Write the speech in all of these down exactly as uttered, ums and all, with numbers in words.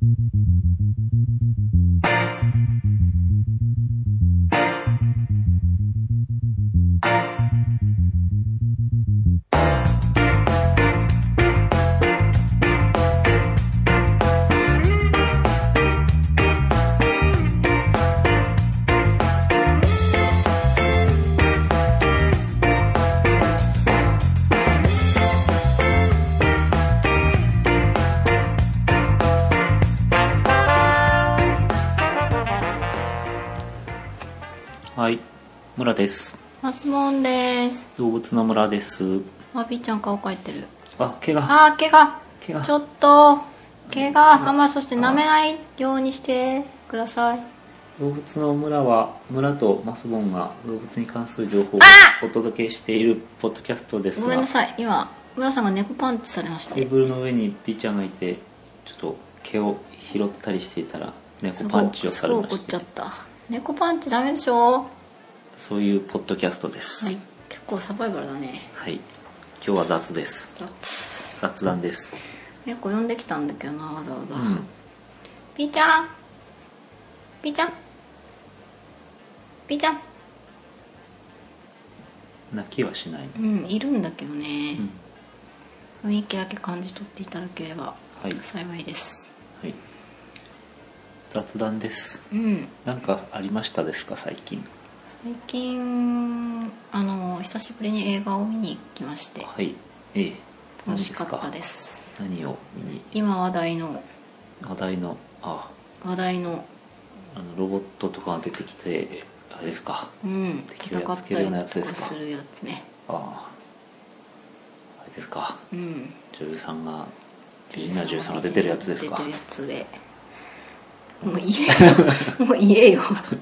はい、村です。 マスモンです。 動物の村です。 あ、ピーちゃん顔描いてる。 あ、毛が。 あ、毛が。 毛が。 ちょっと毛が。あ、まあそして舐めないようにしてください。 動物の村は村とマスボンが動物に関する情報をお届けしているポッドキャストですが。 ごめんなさい。今村さんが猫パンチされました。 テーブルの上にピーちゃんがいて、ちょっと毛を拾ったりしていたら猫パンチをされました。 すごい怒っちゃった。猫パンチダメでしょ。 そういうポッドキャストです。 はい、結構サバイバルだね。 はい、今日は雑です。 雑雑談です。 猫呼んできたんだけどな、わざわざ。 うん、 ピーちゃんピーちゃんピーちゃん泣きはしない。 うん、いるんだけどね、 うん、 雰囲気だけ感じ取っていただければ幸いです。 はい、はい、雑談です。 うん。 なんかありましたですか最近？ 最近あの久しぶりに映画を見に行きまして、 はい、ええ、 楽しかったです。 何を見に？ 今話題の話題のあ話題のあのロボットとかが出てきてあれですか？ うん、 敵をやっつけるようなやつですか？ 戦ったりとかするやつね。 ああ、あれですか？ うん。 女優さんが美人な女優さんが出てるやつですか？ 出てるやつで、もう言えよもう言えよ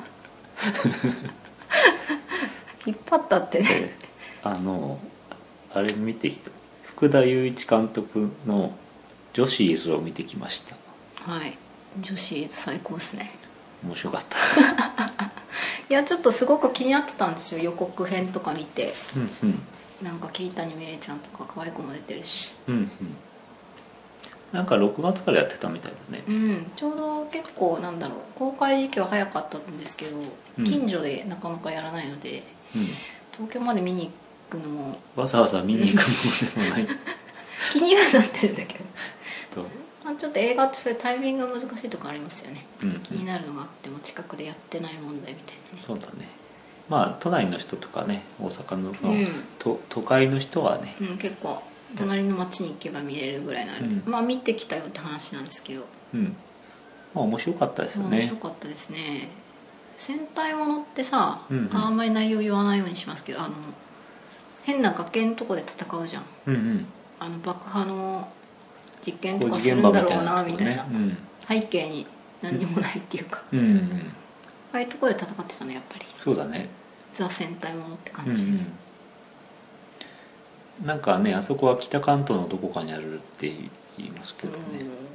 引っ張ったって、ね、 あのあれ見てきた福田雄一監督のジョシーズを見てきました。 はい、ジョシーズ最高ですね。 面白かったいやちょっとすごく気になってたんですよ、予告編とか見て。 うんうん、 なんか桐谷美玲ちゃんとか可愛い子も出てるし、 うんうん、なんかろくがつからやってたみたいだね。 うん、ちょうど結構なんだろう、公開時期は早かったんですけど、うん、近所でなかなかやらないので、うん、東京まで見に行くのもわざわざ見に行くものでもない気にはなってるんだけどまあちょっと映画ってそういうタイミングが難しいとこありますよね、うんうん、気になるのがあっても近くでやってない問題みたいなね。 そうだね。まあ都内の人とかね、大阪の、うん、と都会の人はね、 うん、結構隣の町に行けば見れるぐらいなので、うん、まあ見てきたよって話なんですけど、 うん、まあ面白かったですよね。 面白かったですね。戦隊ものってさ、うんうん、あんまり内容言わないようにしますけど、あの変な崖のとこで戦うじゃん、うんうん、あの爆破の実験とかするんだろうなみたいな、うん、背景に何にもないっていうか、うんうんうん、ああいうとこで戦ってたのやっぱり。 そうだね、 ザ戦隊ものって感じ、うんうん、なんかね、あそこは北関東のどこかにあるって言いますけどね、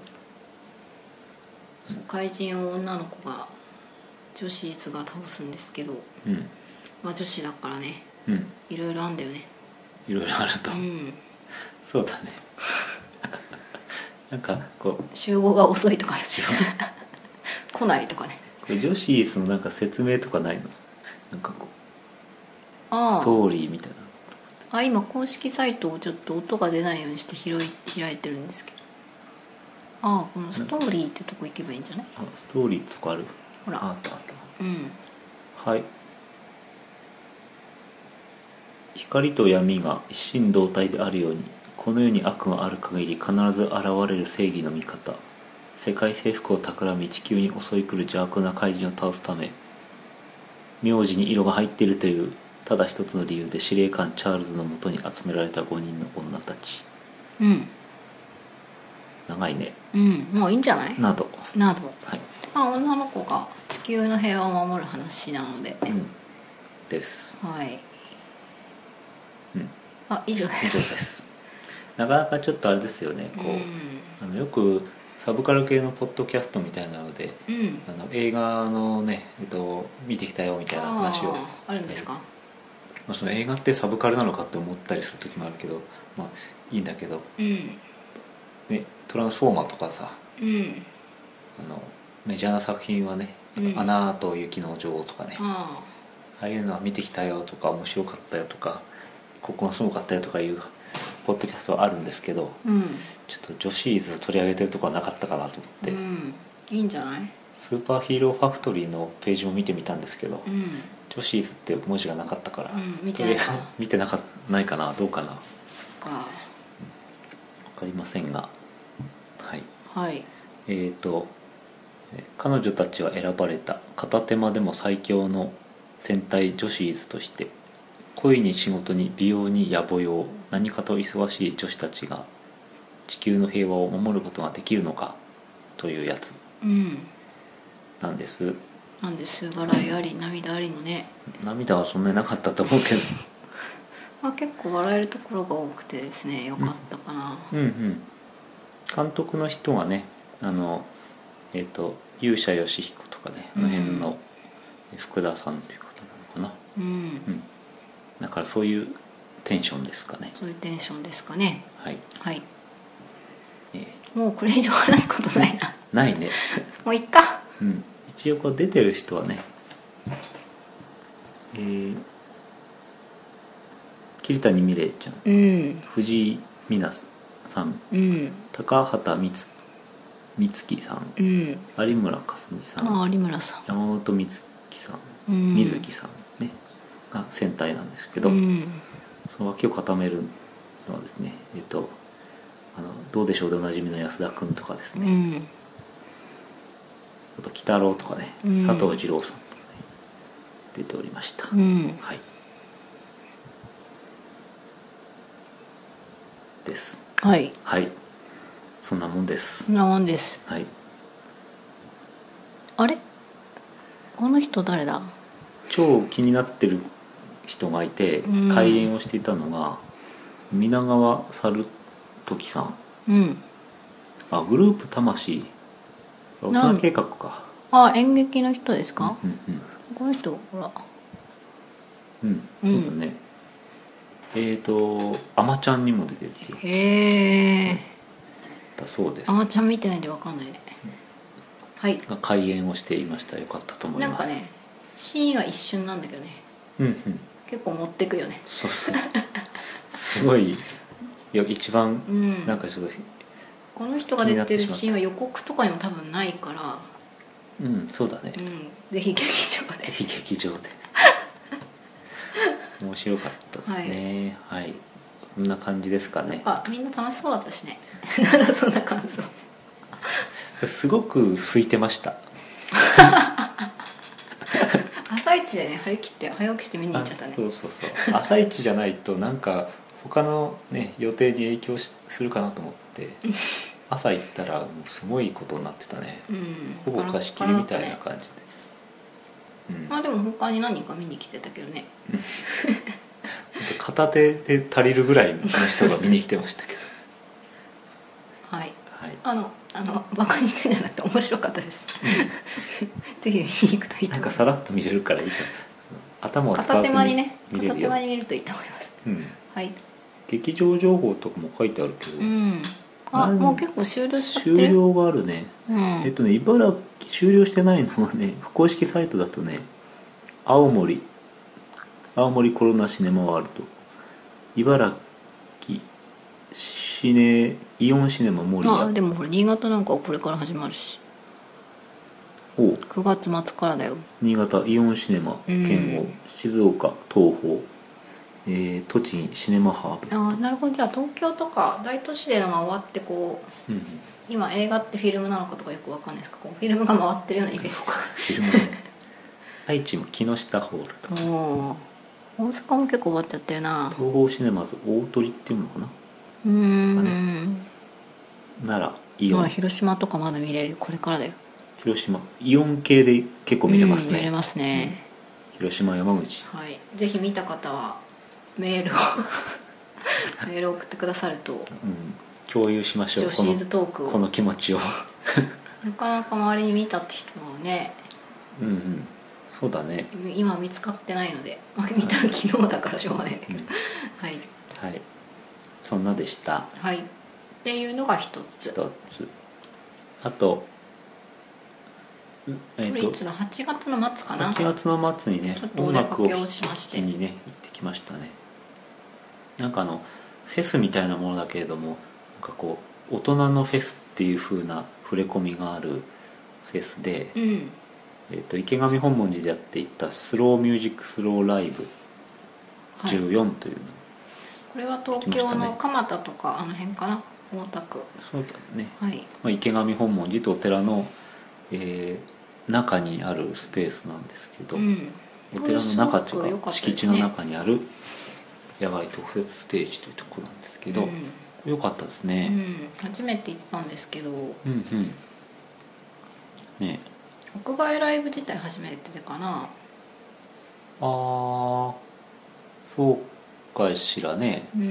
うん、怪人を女の子が女子いつが倒すんですけど、うん、まあ女子だからね、うん、いろいろあんだよね。 いろいろあると、うん、そうだねなんかこう集合が遅いとか来ないとかね。 これ女子そのなんか説明とかないの？なんかこうあストーリーみたいなあ、今公式サイトをちょっと音が出ないようにして開い開いてるんですけど、ああこのストーリーってとこ行けばいいんじゃない？ あストーリーってとこある？ ほらあったあった、 うん、 はい。光と闇が一心同体であるように、この世に悪がある限り必ず現れる正義の味方、世界征服を企み地球に襲い来る邪悪な怪人を倒すため、名字に色が入っているというただ一つの理由で司令官チャールズのもとに集められたごにんの女たち。 うん、 長いね。 うん、もういいんじゃない？ などなど、 はい、 まあ、女の子が地球の平和を守る話なので、 うん、です。 はい、 うん、 あ、以上です。 以上です。なかなかちょっとあれですよね、こう、うん、あのよくサブカル系のポッドキャストみたいなので、うん、あの映画のね、えっと、見てきたよみたいな話をあ, あるんですか？まあ、その映画ってサブカルなのかって思ったりする時もあるけど、まあいいんだけど、うん、ね、トランスフォーマーとかさ、うん、 あのメジャーな作品はね「あとアナと雪の女王」とかね、ああいうのは見てきたよとか面白かったよとかここがすごかったよとかいうポッドキャストはあるんですけど、うん、ちょっと女子イズ取り上げてるとこはなかったかなと思って、うん、 いいんじゃない。 スーパーヒーローファクトリーのページも見てみたんですけど、うん、女子イズって文字がなかったから、うん、見てないか見てなかないかなどうかな。 そっか、うん、分かりませんが、はい、 はい、 えーと彼女たちは選ばれた片手間でも最強の戦隊女子イズとして、恋に仕事に美容に野暮用何かと忙しい女子たちが地球の平和を守ることができるのかというやつなんです、うん、 なんです笑いあり涙ありのね。 涙はそんなになかったと思うけどまあ結構笑えるところが多くてですね、よかったかな、うん、うんうん監督の人がねあのえっ、ー、と勇者ヨシヒコとかねあの辺の福田さんという方なのかな、うん、うん、だからそういうテンションですかね。 そういうテンションですかね。 はい、 はい、えー、もうこれ以上話すことないなないねもういっか、 うん、一応こう出てる人はね、えー、桐谷美玲ちゃん、うん、藤井美奈さん、うん、高畑充希美月さん、うん、有村架純さん、 あ有村さん、 山本美月さん、うん、水木さんねが戦隊なんですけど、うん、その脇を固めるのはですね、えっとあのどうでしょうでおなじみの安田君とかですね、うん、あと鬼太郎とかね、うん、佐藤二朗さんとかね出ておりました、うん、はいですはいはいそんなもんです。 そんなもんです。 はい。 あれ？この人誰だ？ 超気になってる人がいて、うん、開演をしていたのが皆川猿時さん。うん。あ、グループ魂。大人計画か。 あ、演劇の人ですか？うんうんうん。この人ほら。 うん、そうだね。うん、えっ、ー、とあまちゃんにも出てるっていう。 へえ。うんだそうです。 あまちゃんみたいで分かんないね、うん、はいが開演をしていました。よかったと思います。 なんかねシーンは一瞬なんだけどね、うんうん、結構持ってくよね。 そうそうすごいいや一番なんかちょっと、うん、 この人が出てるシーンは予告とかにも多分ないから、 うんそうだね、うん、 ぜひ劇場でぜひ劇場で面白かったですね。はい、はい、こんな感じですかね。 なんかみんな楽しそうだったしねなんだそんな感想すごく空いてました朝一でね張り切って早起きして見に行っちゃったね。 そうそうそう朝一じゃないとなんか他のね予定に影響するかなと思って朝行ったらもうすごいことになってたね、うん、ほぼ貸し切りみたいな感じで、 うん、まあでも他に何人か見に来てたけどね片手で足りるぐらいの人が見に来てましたけどはい、はい、あのあのバカにしてんじゃなくて面白かったです、うん、ぜひ見に行くといいと思います。 なんかさらっと見れるからいいかな。頭を使わずに見れるよ。 片手間に見るといいと思います、うん、はい。 劇場情報とかも書いてあるけど、うん、 あもう結構終了しちゃってる。 終了があるね、うん、えっとね茨城終了してないのはね公式サイトだとね青森青森コロナシネマワールド茨城シネイオンシネマ守谷。 あでもほら新潟なんかはこれから始まるしおくがつ末からだよ。 新潟イオンシネマ県央、うん、静岡東宝、えー、栃木シネマハーベスト。 あなるほど。じゃあ東京とか大都市でのが終わってこう、うんうん、今映画ってフィルムなのかとかよくわかんないですか。こうフィルムが回ってるようなイメージです。フィルムね愛知も木下ホールとかお大阪も結構終わっちゃってるな。 東宝シネマズ大鳥っていうのかな。 うーん、ね、 奈良イオン、 まあ、広島とかまだ見れる。これからだよ。 広島イオン系で結構見れますね、 うん、見れますね、 うん、広島山口、 はい、ぜひ見た方はメールをメールを送ってくださると、うん、 共有しましょう。 女子ーズトークをこの気持ちをなかなか周りに見たって人はね、 うんうんそうだね。 今見つかってないので、まあ、見たら昨日だからしょうがないんだけど、うん、はいはいそんなでした。 はいっていうのが一つ。 一つあとえー、とこれいつだはちがつの末かな。 はちがつの末にねちょっとお出かけをしまして音楽を聴きにね行ってきましたね。なんかあのフェスみたいなものだけれども、なんかこう大人のフェスっていう風な触れ込みがあるフェスで、 うんえー、と池上本門寺でやっていたスローミュージックスローライブじゅうよんというの、はい、 これは東京の蒲田とかあの辺かな、大田区。 そうだね、 はいまあ、池上本門寺とお寺の、えー、中にあるスペースなんですけど、うん、お寺の中というか、ね、敷地の中にある野外特設ステージというところなんですけど、うん、よかったですね、 うん、初めて行ったんですけど、うんうんね、 屋外ライブ自体初めてかな。 ああそうかしらね、うん、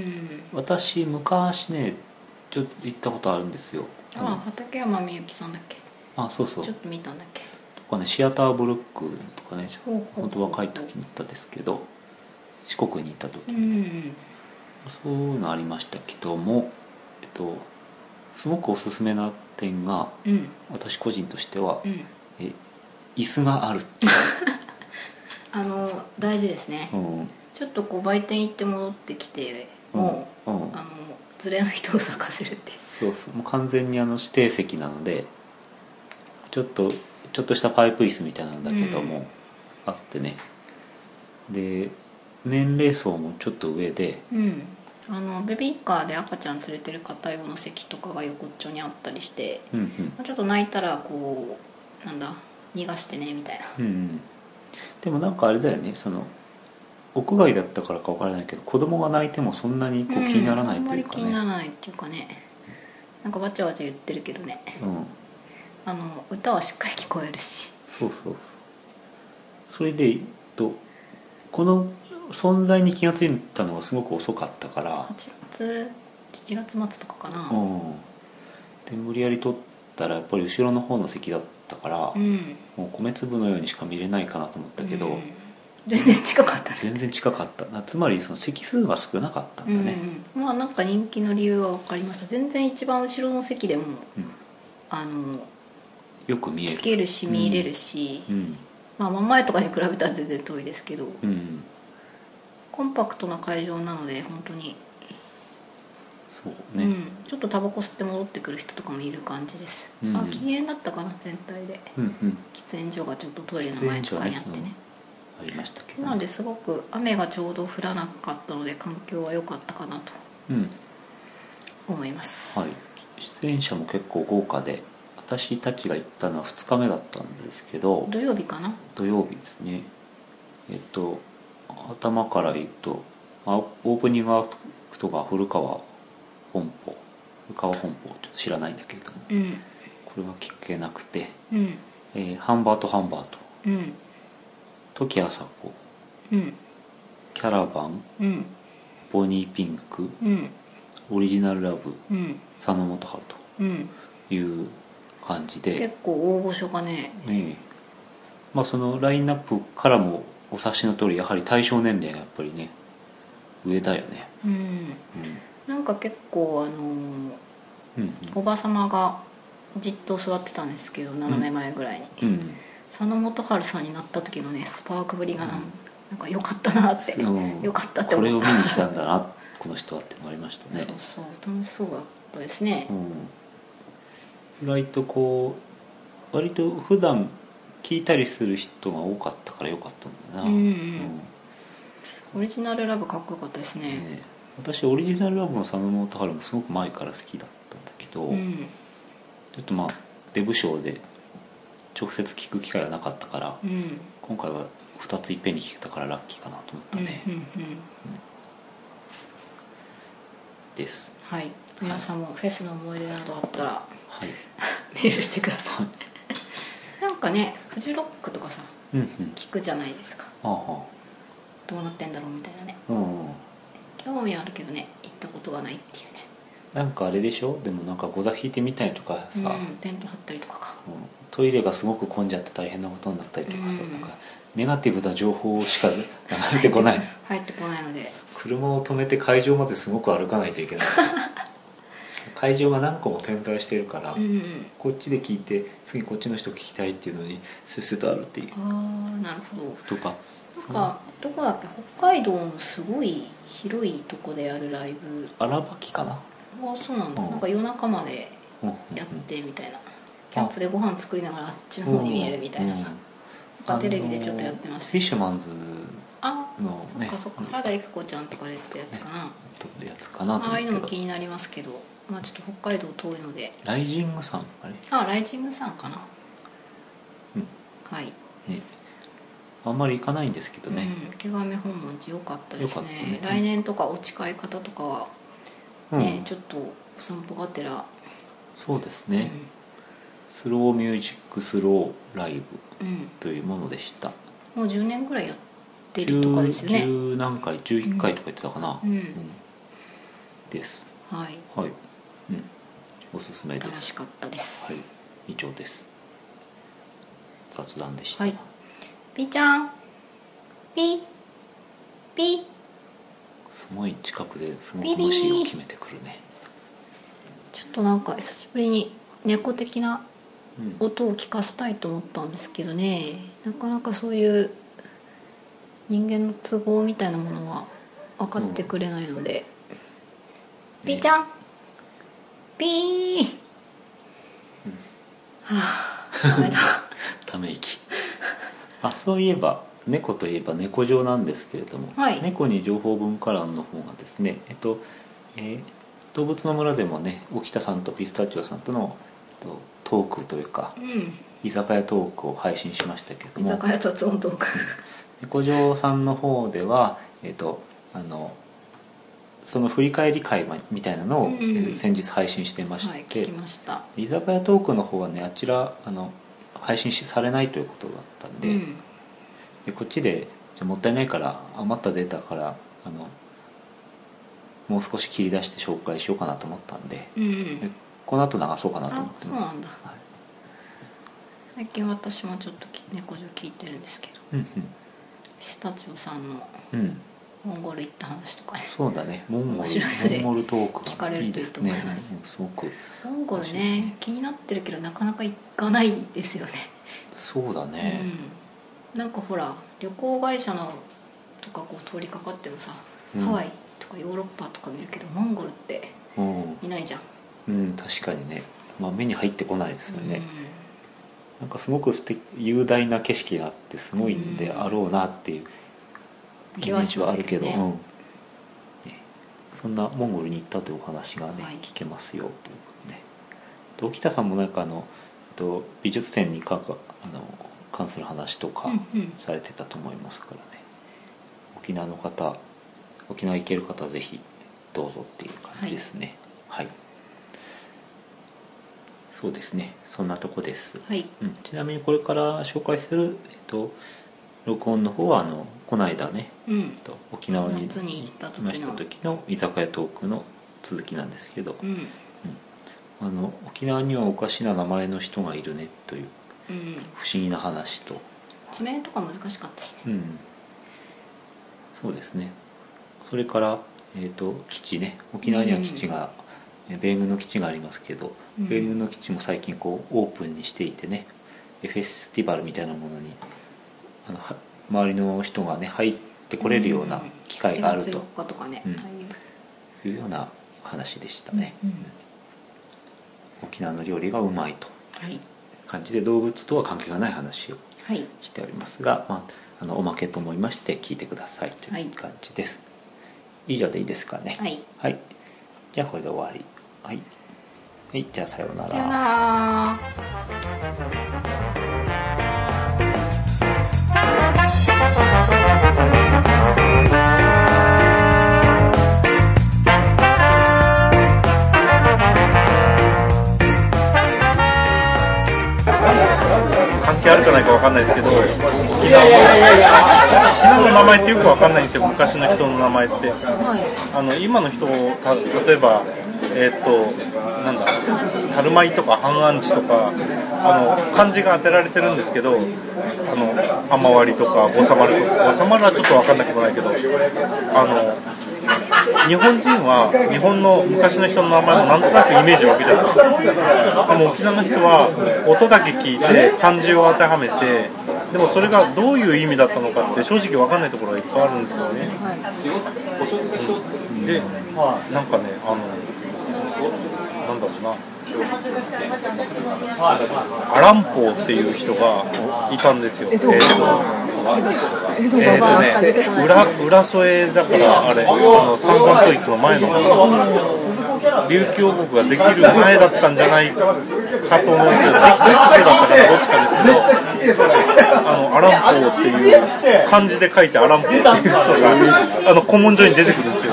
私昔ねちょっと行ったことあるんですよ。 ああ、畠山みゆきさんだっけ。 あ、そうそう、 ちょっと見たんだっけとかね、シアターブルックとかね、本当若い時に行ったんですけど、四国に行った時に、うん、そういうのありましたけども、えっとすごくおすすめな点が、うん、私個人としては、うん、え椅子があるっていうあの大事ですね、うん、ちょっとこう売店行って戻ってきてもう、うんうん、あの連れの人を咲かせるって。 そうそう、もう完全にあの指定席なので、ちょっとちょっとしたパイプ椅子みたいなんだけども、うん、あってね、で年齢層もちょっと上で、 うん、あのベビーカーで赤ちゃん連れてる方用の席とかが横っちょにあったりして、うんうん、ちょっと泣いたらこうなんだ逃がしてねみたいな、うんうん、 でもなんかあれだよね、その屋外だったからか分からないけど、子供が泣いてもそんなにこう気にならないというかね、うん、あんまり気にならないっていうかね、なんかわちゃわちゃ言ってるけどね、うん、あの歌はしっかり聞こえるし。 そうそうそう。それで、えっと、この存在に気がついたのがすごく遅かったから、 はちがつしちがつ末とかかな、 うん、で無理やり撮ったらやっぱり後ろの方の席だったから、うん、もう米粒のようにしか見れないかなと思ったけど、うん、 全然近かった、ね、 全然近かった。つまりその席数が少なかったんだね、 うんうん、まあなんか人気の理由は分かりました。全然一番後ろの席でも、うん、あのよく見える、 聞けるし見れるし、うんうん、まあ真ん前とかに比べたら全然遠いですけど、うん、コンパクトな会場なので本当にそうね、うん、ちょっとタバコ吸って戻ってくる人とかもいる感じです、うん、あ、禁煙だったかな全体で、うんうん、喫煙所がちょっとトイレの前とかにあってね、 ありましたけど、ね、 なのですごく雨がちょうど降らなかったので環境は良かったかなと思います、 うん、はい、出演者も結構豪華で、私たちが行ったのはふつかめだったんですけど、 土曜日かな、 土曜日ですね。えっと頭から言うとオープニングアクトが古川本舗古川本舗ちょっと知らないんだけれども、うん、これは聞けなくて、うんえー、ハンバートハンバート、うん、時あさこ、うん、キャラバン、うん、ボニーピンク、うん、オリジナルラブ、うん、佐野元春という感じで、 結構大御所がね、えーまあ、そのラインナップからもお察しの通り、やはり対象年齢がやっぱりね上だよね、うんうん、 なんか結構あのーうんうん、おばさまがじっと座ってたんですけど斜め前ぐらいに、うんうん、佐野元春さんになった時のねスパークぶりがな、うん、なんか良かったなって、うん、良かったって思った。 これを見に来たんだなこの人はってのがありましたね。 そうそう楽しそうだったですね、 うん、意外とこう割と普段聞いたりする人が多かったから良かったんだな、うんうんうん、 オリジナルラブかっこよかったですね。ね、 私オリジナルラブの佐野元春もすごく前から好きだったんだけど、うん、ちょっとまあデブ賞で直接聞く機会はなかったから、うん、今回はふたついっぺんに聞けたからラッキーかなと思ったね、うんうんうんうん、です。 はい、皆さんもフェスの思い出などあったら、はい、メールしてくださいなんかねフジロックとかさ、うんうん、聞くじゃないですか、ああどうなってんだろうみたいなね、うんうん、興味あるけどね行ったことがないっていうね。 なんかあれでしょ、でもなんかゴザ引いてみたりとかさ、 うん、テント張ったりとかか、うん、 トイレがすごく混んじゃって大変なことになったりとかさ、うん、なんかネガティブな情報しか流れてこない入ってこないので車を止めて会場まですごく歩かないといけない会場が何個も点在してるから、 うんうん、 こっちで聞いて次こっちの人聞きたいっていうのにスッスッとあるっていう。 ああなるほど。 とかなんかどこだっけ、北海道のすごい広いとこでやるライブ、 荒垣かな。 あそうなんだ、うん、なんか夜中までやってみたいな、うんうんうん、キャンプでご飯作りながらあっちの方に見えるみたいなさ、うんうん、テレビでちょっとやってました。 フィッシュマンズのね、 あそっかそっか、原田育子ちゃんとかでやったやつかな、ね、 やつかなと思うけど、 ああいうのも気になりますけど、まあちょっと北海道遠いので。 ライジングさんあれ、 あライジングさんかな、うん、はいね、あんまり行かないんですけどね、 うん、池上本門寺良かったですね。 ね、 来年とかお近い方とかはね、うん、ちょっとお散歩がてら。 そうですね、うん、スローミュージックスローライブというものでした、 うん、もうじゅうねんぐらいやってるとかですよね。 じゅう何回じゅういっかいとか言ってたかな、 うんうん、 ですはい、 はい、うん、おすすめです。 楽しかったです。 はい、以上です。雑談でした。 はい、ピーちゃんピーピー、 すごい近くですごく虫を決めてくるね。 ちょっとなんか久しぶりに猫的な音を聞かせたいと思ったんですけどね、うん、なかなかそういう人間の都合みたいなものは分かってくれないので、うん、ピーちゃん、ね、ピー、うん、はあダメだため息あ、そういえば猫といえば猫状なんですけれども、 はい、 猫に情報文化欄の方がですね、えっとえー、動物の村でもね、沖田さんとピスタチオさんとのトークというか、うん、居酒屋トークを配信しましたけれども、 居酒屋雑音トーク猫状さんの方では、えっと、あのその振り返り会みたいなのを、うん、先日配信してまして、はい、 聞きました。 居酒屋トークの方はね、あちらあの配信されないということだったんで、うん、でこっちでじゃもったいないから余ったデータからあのもう少し切り出して紹介しようかなと思ったんで、うん、でこの後流そうかなと思ってます。 そうなんだ、はい、最近私もちょっと猫状聞いてるんですけど、うんうん、ピスタチオさんのモンゴル行った話とかね、 そうだね、モンゴル、モンゴルトーク聞かれるといいと思います。 いいですね、すごくモンゴル ね, ね気になってるけどなかなか行かないですよね。 そうだね、 うん、なんかほら旅行会社のとかこう通りかかってもさ、うん、ハワイとかヨーロッパとか見るけどモンゴルっていないじゃん、 うん、うん、確かにね、まあ、目に入ってこないですよね、うん、なんかすごく素敵雄大な景色があってすごいんであろうなっていうイメージはあるけど、うんね、そんなモンゴルに行ったというお話がね、はい、聞けますよということで、沖田さんもなんかあのと美術展にかかあの関する話とかされてたと思いますからね、うんうん、沖縄の方、沖縄行ける方はぜひどうぞっていう感じですね。はい、はい、そうですね、そんなとこです、 はい、 うん、ちなみにこれから紹介する、えっと、録音の方はあのこの間ね、うん、と沖縄に夏に行った時の, した時の居酒屋トークの続きなんですけど、うんうん、あの沖縄にはおかしな名前の人がいるねという不思議な話と、 地名とか難しかったしね、うん、 そうですね。それから、えー、と基地ね、沖縄には基地が、うん、米軍の基地がありますけど、うん、米軍の基地も最近こうオープンにしていてね、フェスティバルみたいなものにあの周りの人がね入ってこれるような機会があると、しちがつよっかとかね、 うん、いうような話でしたね、うんうん、沖縄の料理がうまいという感じで、動物とは関係がない話をしておりますが、はい、まあ、あのおまけと思いまして聞いてくださいという感じです、はい、以上でいいですかね。 はい、 はい、じゃあこれで終わり。はい、はい、じゃあさようなら。 さようなら。 関係あるかないか分かんないですけど、沖縄の沖縄の名前ってよく分かんないんですよ、昔の人の名前って。あの今の人、た例えば、えー、っとなんだ樽舞とか半安寺とかあの漢字が当てられてるんですけど、あの雨割りとかぼさ丸とか、ぼさ丸はちょっと分かんなくもないけど、あの日本人は日本の昔の人の名前もなんとなくイメージ湧くじゃないですか。でも沖縄の人は音だけ聞いて漢字を当てはめて、でもそれがどういう意味だったのかって正直分かんないところがいっぱいあるんですよね。うん、で、なんかね、あのなんだろうな、アランポーっていう人がいたんですよ。えっと、 江戸川しか出てこない。 浦浦添だからあれ、あの三山統一の前の琉球王国ができる前だったんじゃないかと思うんですけど、できたせいだったかどっちかですけど、あのアランポーっていう漢字で書いてアランポーっていう人があの古文書に出てくるんですよ。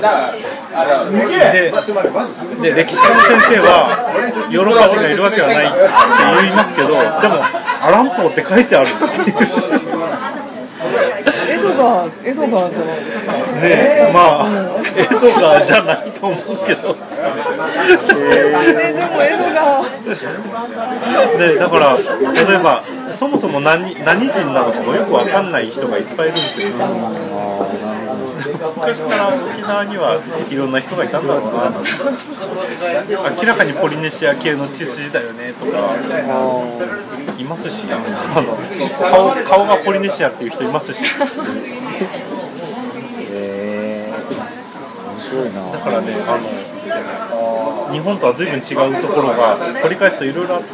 で, で歴史家の先生はヨーロッパ人がいるわけはないって言いますけど、でもアランポーって書いてあるっていう江戸川、江戸川じゃないですかね。まあ、うん、江戸川じゃないと思うけどえー、でも江戸川で、だから例えばそもそも 何, 何人なのかもよく分かんない人がいっぱいいるんですよ。昔から沖縄にはいろんな人がいたんだろうな。明らかにポリネシア系の血筋だよねとかいますし、あの 顔, 顔がポリネシアっていう人いますし。 へー、面白いな。 だからね、あの日本とは随分違うところが掘り返すといろいろあって、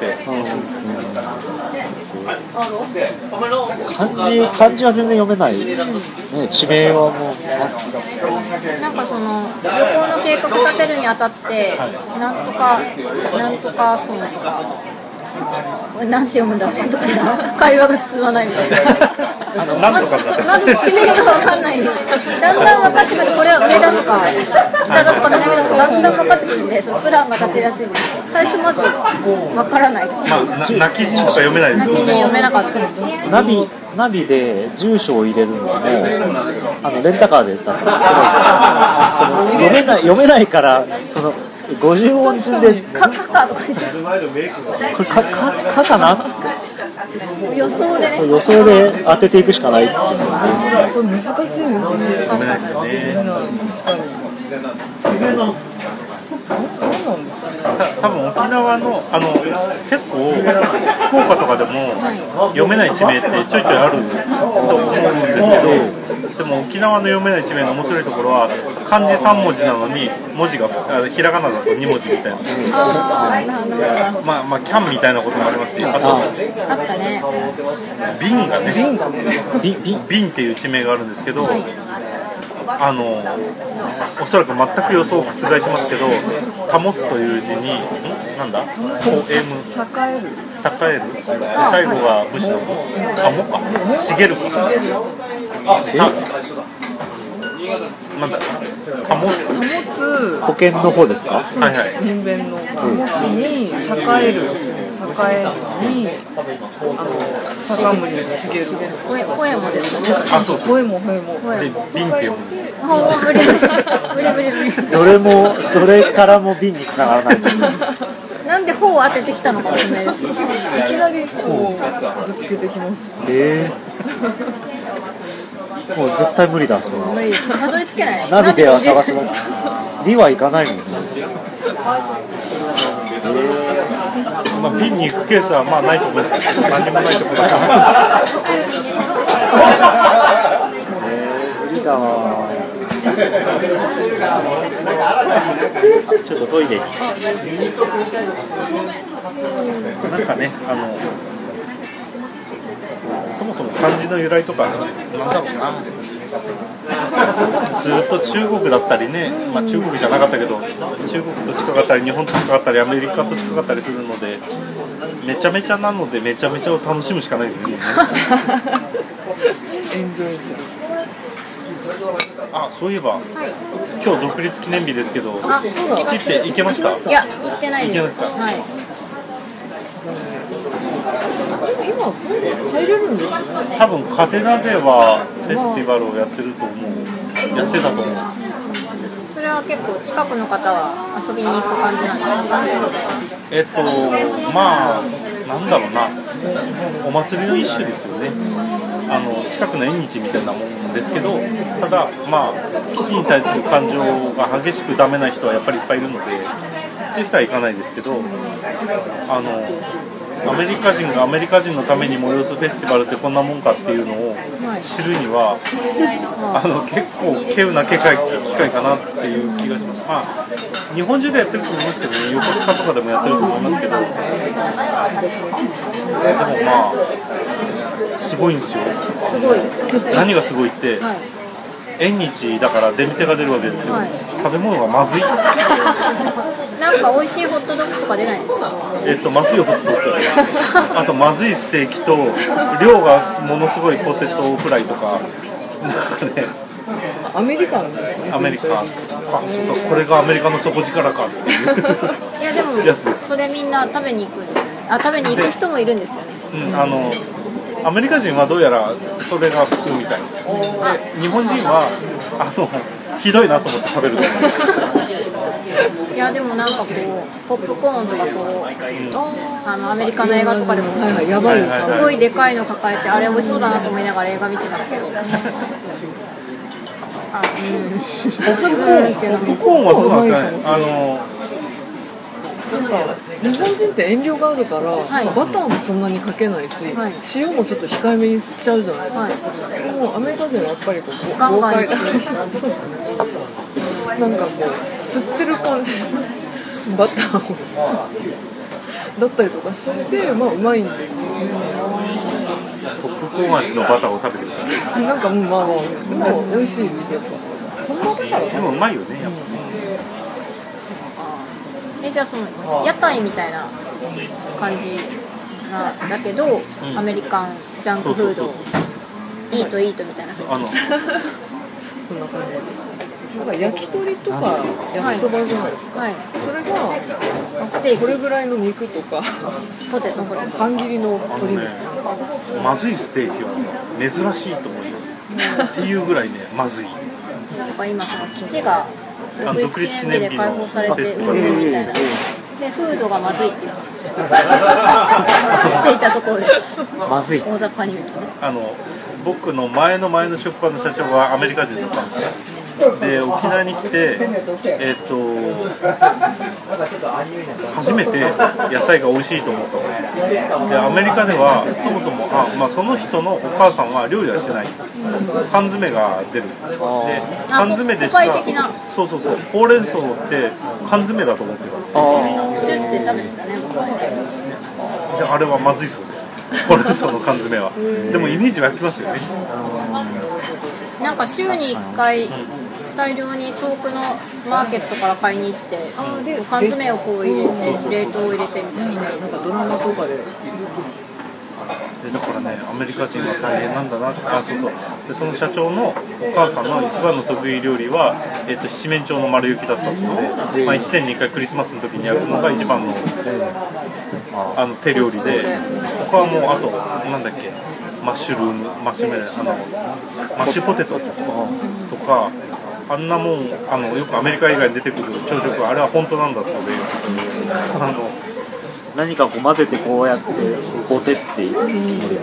漢字、漢字は全然読めない、ね、地名はもうなんかその旅行の計画立てるにあたって、はい、なんとかなんとかそうとかなんて読むんだろうとか会話が進まないみたいなま, まず地名が分かんない、だんだん分かってくる。これは上だとか北だとか南だとかだんだん分かってくるんで、そのプランが立てやすいんです。最初まず分からない、 まあ、な泣き人とか読めないですよね。 泣き人読めなかったです。 ナビナビで住所を入れるのもあのレンタカーでだったんですけど、その読めない読めないからそのごじゅう音順でカカカとか言ってこれカカカかな予想でね、 予想で当てていくしかないっていうのはこれ難しいですね。 難しかったですね。 多分沖縄のあの結構福岡とかでも読めない地名ってちょいちょいあると思うんですけど、でも沖縄の読めない地名の面白いところは漢字さん文字なのに文字がひらがなだとに文字みたいな、あまあまあキャンみたいなこともありますし、あとあったね、 瓶がね、瓶っていう地名があるんですけど、はいあのおそらく全く予想を覆しますけど、保つという字になんだ、ポエム、栄える、栄えるで最後が武士の鴨か、茂るか、なんだ、保つ、 保つ保険の方ですか？ はいはい。 人弁の保つに栄える、栄えにあの坂森茂る。 ポエモですよね。 あ、そうそう。 ポエモポエモ。 で瓶って読むんですよ。 ブリブリブリブリブリ。 どれもどれからも瓶に繋がらない。 なんで頬を当ててきたのか不明です。いきなりこうぶつけてきます。 えー、もう絶対無理だそれ。 無理です。たどり着けない。 ナビでは探すの。リは行かないもんね。 まあ、瓶に行くケースはまあないと思いますけど、何にもないと思います。 無理だわ。ちょっとトイレに。 なんかね、あのそもそも漢字の由来とかなんだろうな。ずっと中国だったりね、まあ、中国じゃなかったけど中国と近かったり日本と近かったりアメリカと近かったりするので、めちゃめちゃなのでめちゃめちゃを楽しむしかないですね。 エンジョイする。 あ、そういえば、はい、今日独立記念日ですけど、基地って行けました？ いや、行ってないです。 行けないですか？ はい。 今入れるんですよね。 多分カテナではフェスティバルをやってると思う。やってたと思う。 それは結構近くの方は遊びに行く感じなんですか？ えっとまあなんだろうな。 お祭りの一種ですよね。あの近くの縁日みたいなもんですけど、ただまあ基地に対する感情が激しくダメな人はやっぱりいっぱいいるので、そういう人は行かないですけど、あのアメリカ人がアメリカ人のために催すフェスティバルってこんなもんかっていうのを知るには、あの結構稀有な機会、機会かなっていう気がします。まあ日本中でやってると思いますけどね、横須賀とかでもやってると思いますけど、でもまあすごいんですよ。 すごい。 何がすごいって、はい、縁日だから出店が出るわけですよ、はい、食べ物がまずい。 なんか美味しいホットドッグとか出ないんですか？ えっとまずいホットドッグあとまずいステーキと量がものすごいポテトフライとか、なんかね、 アメリカンアメリカン、あ、そうか、これがアメリカの底力かっていういやでもやつです。 それみんな食べに行くんですよね。あ、食べに行く人もいるんですよね。 うん、あのアメリカ人はどうやらそれが普通みたいで、日本人はあのひどいなと思って食べると思います。 いやでもなんかこうポップコーンとかこう、うん、あのアメリカの映画とかでもやばい、すごいでかいの抱えて、あれ美味しそうだなと思いながら映画見てますけどあ、うん、ポップコーンはどうなんですかね。あのなんか日本人って遠慮があるから、はい、バターもそんなにかけないし、はい、塩もちょっと控えめにしちゃうじゃないですか、はい、もうアメリカ人はやっぱりこう豪快だなんかこう吸ってる感じバターをだったりとかして、まあうまいんですよね。 ポップコーン味のバターを食べてください。 なんかもうまあまあでも美味しいですやっぱ。こんなバターでもうまいよねやっぱね。 え、じゃあその屋台みたいな感じなだけど、うん、アメリカンジャンクフード、イートイートみたいなあのそんな感じ。なんか焼き鳥とか焼きそばじゃないですか、はい、それがステーキ、これぐらいの肉とかポテトポテト半切りの鶏肉、ね、 まずいステーキは、ね、珍しいと思います、っていうぐらいねまずい。 なんか今その基地が独立記念日で開放されて運転みたいなでフードがまずいっていうしていたところです。 まずい大雑把に言うとね。 あの僕の前の前の職場の社長はアメリカ人だったんですね。で沖縄に来て、えー、と初めて野菜が美味しいと思ったので、アメリカではそもそもあ、まあ、その人のお母さんは料理はしてない、缶詰が出るで缶詰でしかそうそうそうほうれん草って缶詰だと思ってた。 シュッて食べてたね。 であれはまずいそうです、ほうれん草の缶詰は。でもイメージ湧きますよね。 なんか週にいっかい大量に遠くのマーケットから買いに行って、うん、缶詰をこう入れて冷凍を入れてみたいなイメージがドラマとかで。 でだからねアメリカ人は大変なんだなって。あ、そうそう。でその社長のお母さんの一番の得意料理は、えー、と七面鳥の丸焼きだったそうで、まあ、いちねんにいっかいクリスマスの時に焼くのが一番の、あの手料理で、他はもうあとなんだっけマッシュルームマッシュメあのマッシュポテトとかあんなもんあのよくアメリカ以外に出てくる朝食あれは本当なんだそうで、あの何かこう混ぜてこうやってボテっていう、うん、だ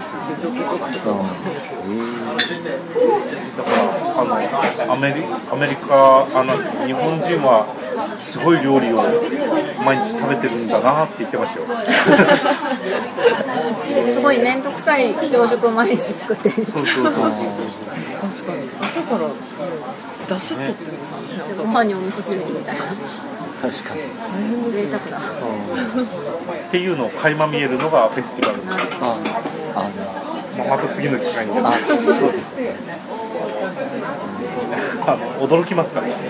からあのアメリアメリカあの日本人はすごい料理を毎日食べてるんだなって言ってましたよ。 すごい面倒くさい朝食を毎日作ってる。 そうそうそうそう。確かに朝から出汁取ってるのかな。ご飯にお味噌汁にみたいな。 確かに贅沢だ。 っていうのを垣間見えるのがフェスティバル。ああ、まあ、また次の機会に。 あ、そうですね。 あの驚きますからね。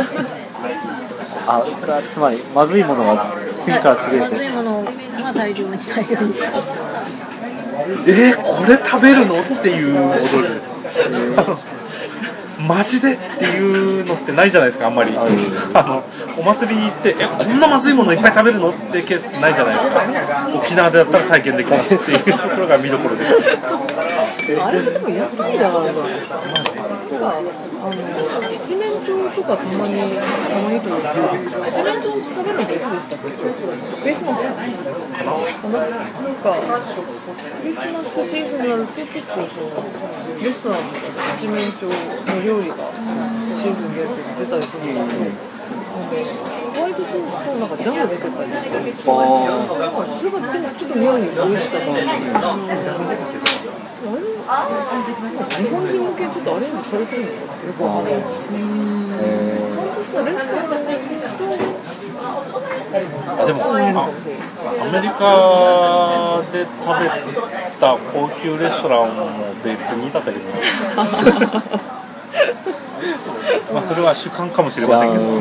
あ、つまりまずいものが次から次へとまずいものが大量に大量に。 えー、これ食べるのっていう驚きです。マジでっていうのってないじゃないですか、あんまり。あのお祭りに行ってえこんなまずいものいっぱい食べるのってケースないじゃないですか。沖縄でだったら体験できますっていうところが見どころです。 あれでも屋台だからじゃないですか。なんかあの七面鳥とかたまにたまにというか七面鳥食べるのっていつでしたっけ？クリスマスかな？なんかクリスマスシーズンになると結構そのレストランとかで七面鳥の料理がシーズン限定で出たりするんだけど。ホワイトソースとなんかジャム作ったりして、それがでもちょっと妙に美味しかったんですけど、あれ日本人向けにちょっとアレンジされてるんですか？よくわかんない。ちゃんとしたレストランで行くとあでもあアメリカで食べた高級レストランも別にだったけどまあそれは主観かもしれませんけど、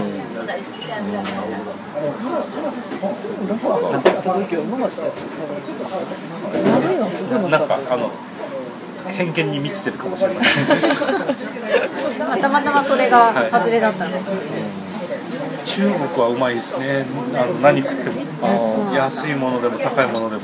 なんかあの偏見に満ちてるかもしれませんまあ、たまたまそれが外れだったの、はい、 中国はうまいですね。あの何食っても安いものでも高いものでも、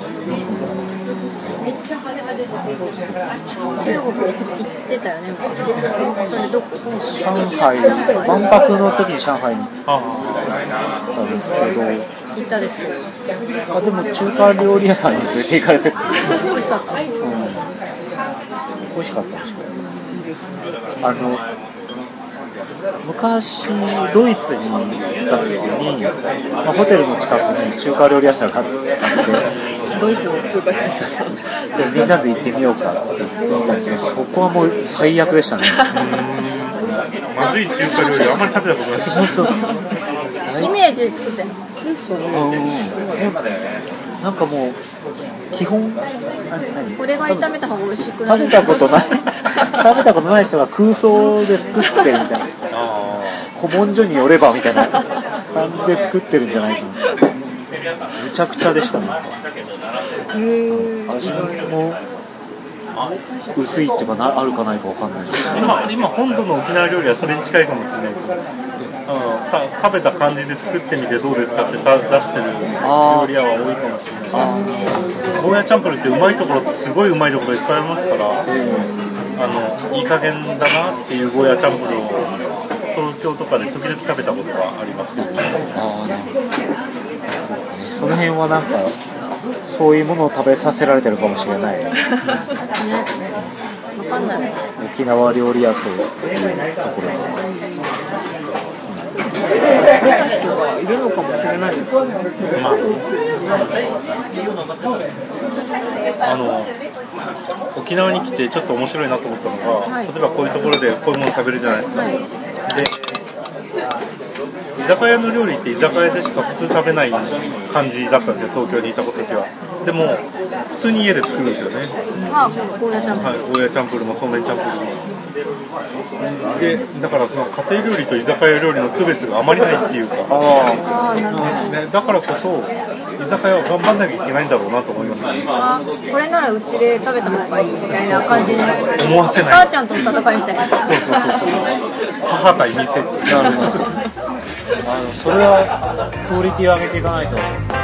中国行ってたよね昔。それどこ？ 上海、万博の時に上海に行ったんですけど、 行ったですけど、 あでも中華料理屋さんに連れて行かれて、 美味しかった、うん、 美味しかったですね。あの昔ドイツに行った時に、まあ、ホテルの近くに中華料理屋さんがあってドイツの中華料理屋さんみんなで行ってみようかって言って行ったんですけど、そこはもう最悪でしたね。 まずい中華料理あんまり食べたことないです。そうそうイメージ作ってんの？ なんかもう基本これが炒めた方が美味しくなる。 食べたことない食べたことない人が空想で作ってるみたいな、古文書によればみたいな感じで作ってるんじゃないかな。むちゃくちゃでしたね。味も薄いっていうかな、あるかないか分かんないですけど、 今, 今本土の沖縄料理はそれに近いかもしれないですね。あの食べた感じで作ってみてどうですかって出してる料理屋は多いかもしれない。ゴーヤチャンプルってうまいところってすごいうまいところいっぱいありますから、あのいい加減だなっていうゴーヤチャンプルを東京とかで時々食べたことはありますけど、 あなその辺はなんかそういうものを食べさせられてるかもしれない、ね、 分かんない。 沖縄料理屋というところ人がいるのかもしれないです、まあ、あの沖縄に来てちょっと面白いなと思ったのが、はい、例えばこういうところでこういうもの食べるじゃないですか、はい、で居酒屋の料理って居酒屋でしか普通食べない感じだったんですよ、東京にいた時は。でも普通に家で作るんですよね。 ああ、ゴーヤチャンプル、 はい、ゴーヤチャンプルもそうめんチャンプルもで、だからその家庭料理と居酒屋料理の区別があまりないっていうか、 ああ、なるほど、 ね、だからこそ居酒屋は頑張んなきゃいけないんだろうなと思いますね。 あ、これならうちで食べた方がいいみたいな感じで思わせない。 母ちゃんとの戦いみたいな。そうそうそうそう。 母対店って。 なるほど。あのそれはクオリティを上げていかないと。